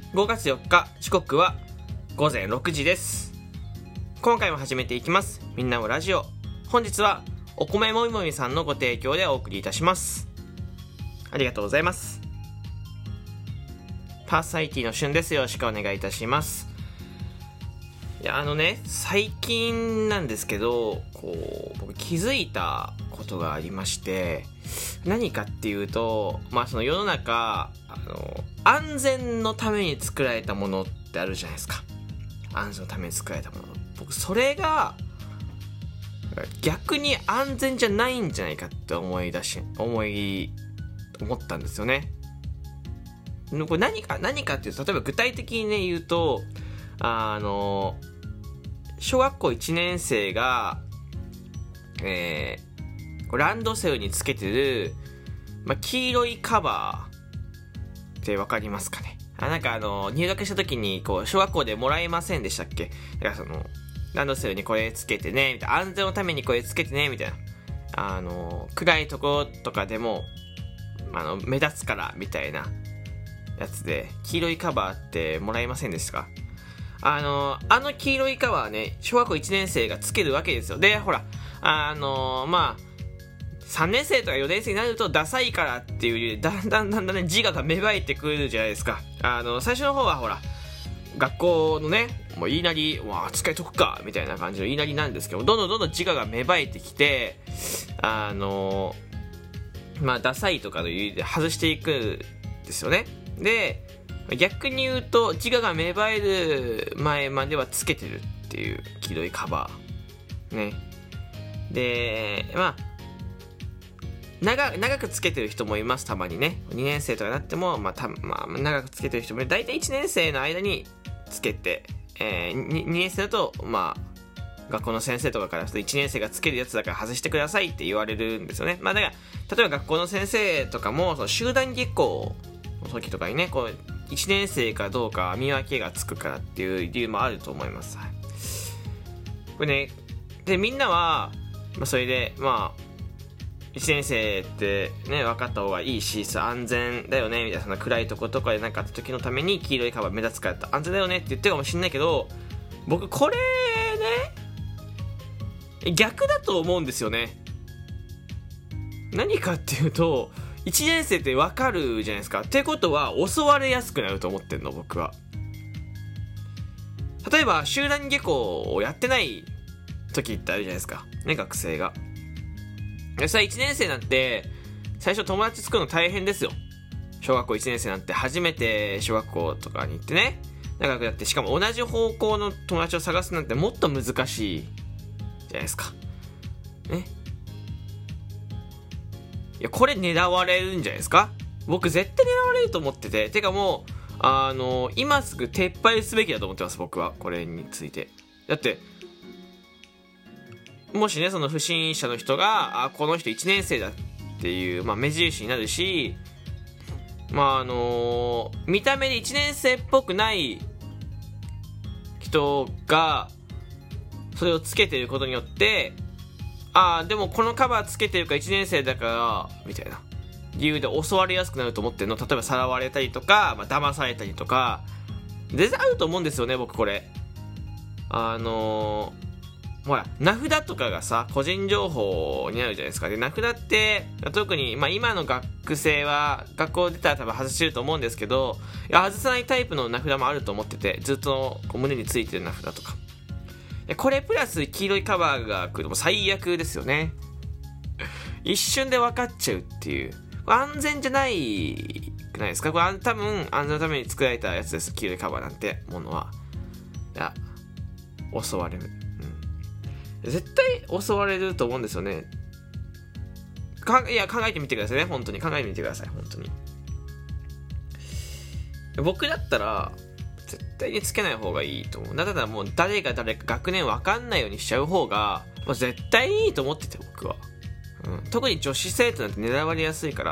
5月4日、時刻は午前6時です。今回も始めていきます。みんなのラジオ。本日はお米もみもみさんのご提供でお送りいたします。ありがとうございます。パーソナリティのしゅんです。よろしくお願いいたします。いや最近なんですけど、僕気づいたことがありまして、何かっていうと、その世の中安全のために作られたものってあるじゃないですか。安全のために作られたもの、僕それが逆に安全じゃないんじゃないかって思ったんですよね。これ何かっていうと、例えば具体的に言うと、小学校1年生が、ランドセルにつけてる、黄色いカバーってわかりますかね。入学した時に小学校でもらえませんでしたっけ。だからランドセルにこれつけてねみたいな、安全のためにこれつけてねみたいな、暗いところとかでも目立つからみたいなやつで、黄色いカバーってもらえませんでしたか。黄色いカバーね、小学校1年生がつけるわけですよ。で、ほら、3年生とか4年生になるとダサいからっていう、だんだんね、自我が芽生えてくるじゃないですか。最初の方はほら、学校のね、もう言いなり、使いとくか、みたいな感じの言いなりなんですけど、どんどん自我が芽生えてきて、ダサいとかの言うで外していくんですよね。で、逆に言うと自我が芽生える前まではつけてるっていう黄色いカバーね。で長くつけてる人もいます。たまにね、2年生とかになっても、長くつけてる人もだいたい1年生の間につけて、2年生だと学校の先生とかから1年生がつけるやつだから外してくださいって言われるんですよね。だから例えば学校の先生とかも、その集団下校の時とかにね、1年生かどうか見分けがつくからっていう理由もあると思います。これね、でみんなは、それで1年生ってね、分かった方がいいし、安全だよねみたいな、その暗いとことかで何かあった時のために黄色いカバー目立つから安全だよねって言ってるかもしれないけど、僕これね、逆だと思うんですよね。何かっていうと、1年生って分かるじゃないですか。ってことは襲われやすくなると思ってんの、僕は。例えば集団下校をやってない時ってあるじゃないですかね、学生が。1年生なんて最初友達作るの大変ですよ。小学校1年生なんて初めて小学校とかに行ってね、仲良くなって、しかも同じ方向の友達を探すなんてもっと難しいじゃないですかね。いや、これ狙われるんじゃないですか。僕絶対狙われると思ってて、てかもう今すぐ撤廃すべきだと思ってます、僕はこれについて。だってもしね、その不審者の人がこの人1年生だっていう、目印になるし、見た目で1年生っぽくない人がそれをつけてることによって、でもこのカバーつけてるから1年生だからみたいな理由で襲われやすくなると思ってるの。例えばさらわれたりとか、騙されたりとか全然あると思うんですよね、僕これ。ほら、名札とかが個人情報になるじゃないですか。で、名札って特に、今の学生は学校出たら多分外してると思うんですけど、外さないタイプの名札もあると思ってて、ずっと胸についてる名札とか、これプラス黄色いカバーが来るともう最悪ですよね。一瞬で分かっちゃうっていう、安全じゃないくないですか。これ多分安全のために作られたやつです、黄色いカバーなんてものは。襲われる、絶対襲われると思うんですよね。考えてみてくださいね。本当に考えてみてください。本当に僕だったら絶対につけない方がいいと思う。だからもう誰が学年分かんないようにしちゃう方が絶対いいと思ってて、僕は。特に女子生徒なんて狙われやすいから。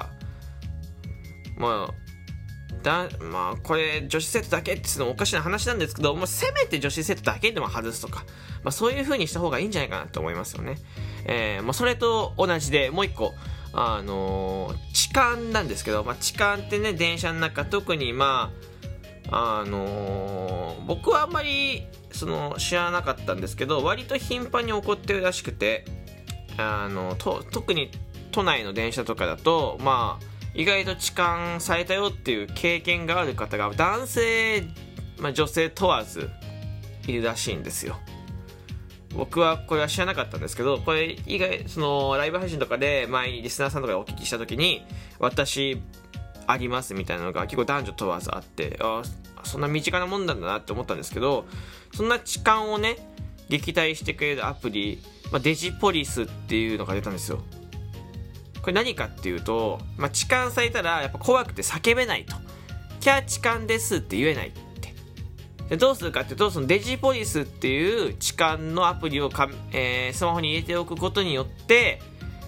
これ女子生徒だけっていうのもおかしな話なんですけど、せめて女子生徒だけでも外すとか、そういう風にした方がいいんじゃないかなと思いますよね。それと同じでもう一個、痴漢なんですけど、痴漢ってね、電車の中特に僕はあんまり知らなかったんですけど、割と頻繁に起こってるらしくて、特に都内の電車とかだと、意外と痴漢されたよっていう経験がある方が男性、女性問わずいるらしいんですよ。僕はこれは知らなかったんですけど、これ以外ライブ配信とかで前にリスナーさんとかでお聞きした時に、私ありますみたいなのが結構男女問わずあって、そんな身近なもんなんだなって思ったんですけど、そんな痴漢をね撃退してくれるアプリ、デジポリスっていうのが出たんですよ。これ何かっていうと、痴漢されたらやっぱ怖くて叫べないと、キャー痴漢ですって言えないって。でどうするかっていうと、そのデジポリスっていう痴漢のアプリをスマホに入れておくことによって、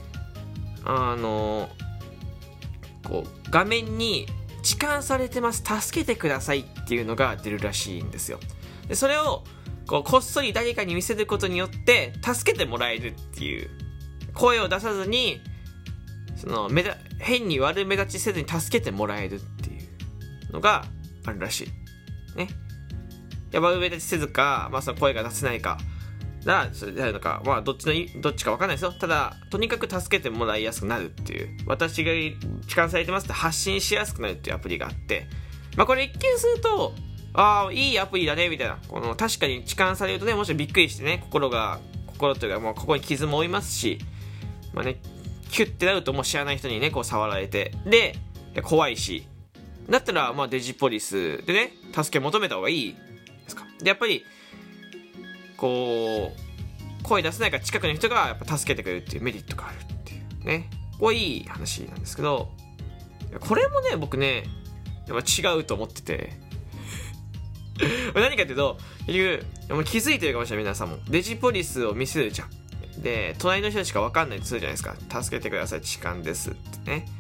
こう画面に痴漢されてます、助けてくださいっていうのが出るらしいんですよ。でそれをこっそり誰かに見せることによって助けてもらえるっていう、声を出さずに変に悪目立ちせずに助けてもらえるっていうのがあるらしいね。悪目立ちせずか、その声が出せないかそれであるのか、どっちか分かんないですよ。ただとにかく助けてもらいやすくなるっていう、私が痴漢されてますって発信しやすくなるっていうアプリがあって、これ一見するといいアプリだねみたいな、確かに痴漢されるとね、もちろんびっくりしてね、心というかここに傷も負いますし、キュッてなるともう知らない人にねこう触られて、で怖いし、だったらデジポリスでね助け求めた方がいいですか。でやっぱりこう声出せないから近くの人がやっぱ助けてくれるっていうメリットがあるっていうね、これいい話なんですけど、これもね僕ねやっぱ違うと思ってて何かっていうと、結局気づいてるかもしれない皆さんも、デジポリスを見せるじゃん。で隣の人しか分かんないとするじゃないですか。助けてください、痴漢ですってね。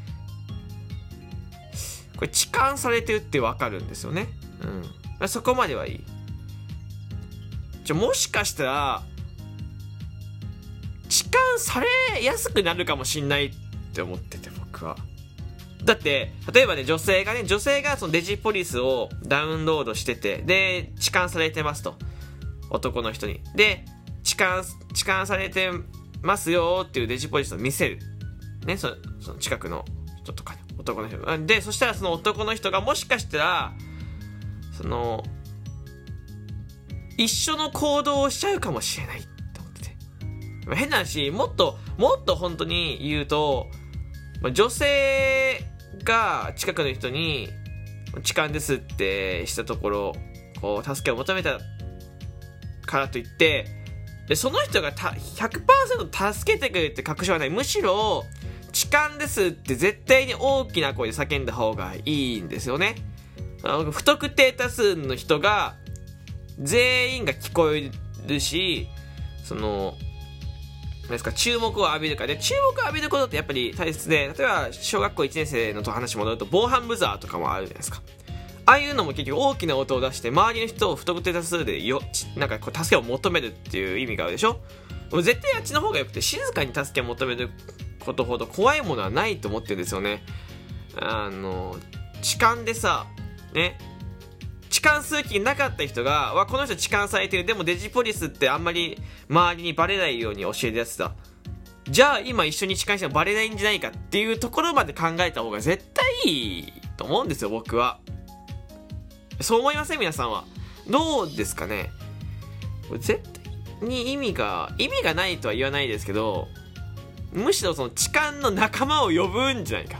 これ痴漢されてるって分かるんですよね。そこまではいい。もしかしたら痴漢されやすくなるかもしんないって思ってて、僕は。だって例えばね、女性がそのデジポリスをダウンロードしてて、で痴漢されてますと、男の人に。で痴漢されてますよっていうデジポリスを見せるね、その近くの人とかに、男の人で、そしたらその男の人がもしかしたら一緒の行動をしちゃうかもしれないって思ってて、変な話、もっと本当に言うと、女性が近くの人に痴漢ですってしたところ、こう助けを求めたからといって、でその人が100% 助けてくれるって確証はない。むしろ痴漢ですって絶対に大きな声で叫んだ方がいいんですよね。不特定多数の人が全員が聞こえるし、注目を浴びるかで、注目を浴びることってやっぱり大切で、例えば小学校1年生の話戻ると防犯ブザーとかもあるじゃないですか。ああいうのも結局大きな音を出して周りの人を不特定多数で助けを求めるっていう意味があるでしょ。絶対あっちの方がよくて、静かに助けを求めることほど怖いものはないと思ってるんですよね。痴漢でさね、痴漢する気なかった人がこの人痴漢されてる、でもデジポリスってあんまり周りにバレないように教えるやつだ、じゃあ今一緒に痴漢してもバレないんじゃないかっていうところまで考えた方が絶対いいと思うんですよ、僕は。そう思いません？皆さんはどうですかね。絶対に意味がないとは言わないですけど、むしろその痴漢の仲間を呼ぶんじゃないか、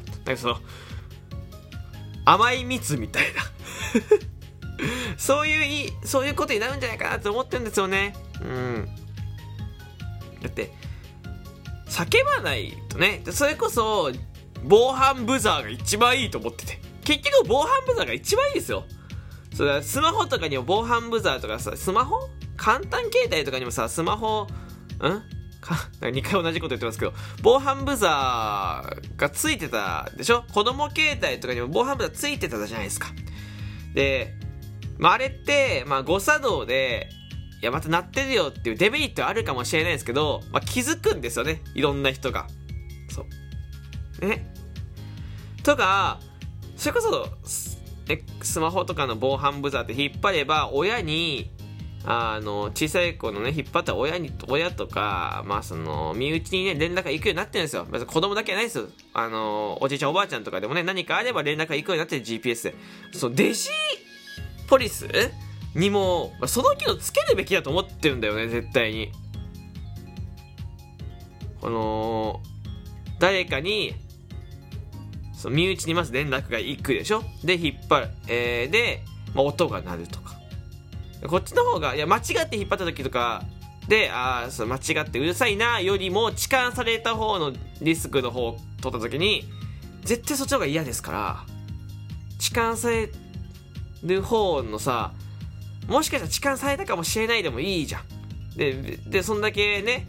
甘い蜜みたいなそういうことになるんじゃないかなと思ってるんですよね。だって叫ばないとね、それこそ防犯ブザーが一番いいと思ってて、結局防犯ブザーが一番いいですよ。それはスマホとかにも防犯ブザーとかさ、スマホ簡単携帯とかにもさ、スマホ2回同じこと言ってますけど、防犯ブザーがついてたでしょ。子供携帯とかにも防犯ブザーついてたじゃないですか。で、あれって誤作動でまた鳴ってるよっていうデメリットはあるかもしれないですけど、気づくんですよね、いろんな人が。そうね。とかそれこそスマホとかの防犯ブザーって引っ張れば親に小さい子のね引っ張った親とか、身内にね連絡が行くようになってるんですよ。別に子供だけじゃないですよ。おじいちゃんおばあちゃんとかでもね何かあれば連絡が行くようになってる GPS で、デジポリスにもその機能つけるべきだと思ってるんだよね、絶対に。誰かに身内にまず連絡が行くでしょ。で引っ張る、で、音が鳴るとか。こっちの方が間違って引っ張った時とかで間違ってうるさいなよりも痴漢された方のリスクの方を取った時に絶対そっちの方が嫌ですから、痴漢される方のさ、もしかしたら痴漢されたかもしれないでもいいじゃん。でそんだけね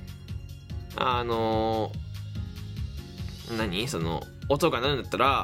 音が鳴るんだったら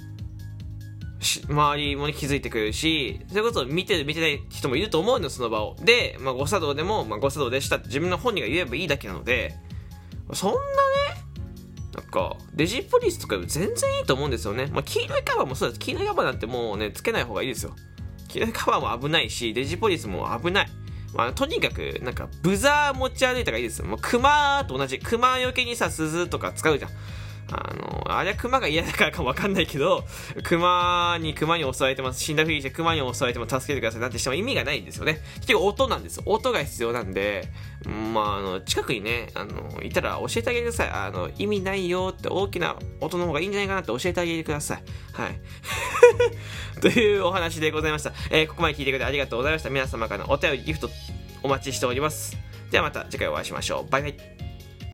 周りも、ね、気づいてくれるし、それこそ見てない人もいると思うんだよ、その場を。で、誤作動でも、誤作動でしたって自分の本人が言えばいいだけなので、そんなね、デジポリスとか全然いいと思うんですよね。黄色いカバーもそうです。黄色いカバーなんてもうね、つけない方がいいですよ。黄色いカバーも危ないし、デジポリスも危ない。とにかく、ブザー持ち歩いた方がいいですよ。もう熊と同じ。熊よけにさ、鈴とか使うじゃん。あれは熊が嫌だからかもわかんないけど、熊に襲われてます。死んだふりして熊に襲われても助けてくださいなんてしても意味がないんですよね。結局音なんです。音が必要なんで、近くにね、いたら教えてあげてください。意味ないよって、大きな音の方がいいんじゃないかなって教えてあげてください。はい。というお話でございました。ここまで聞いてくれてありがとうございました。皆様からのお便り、ギフトお待ちしております。ではまた次回お会いしましょう。バイバイ。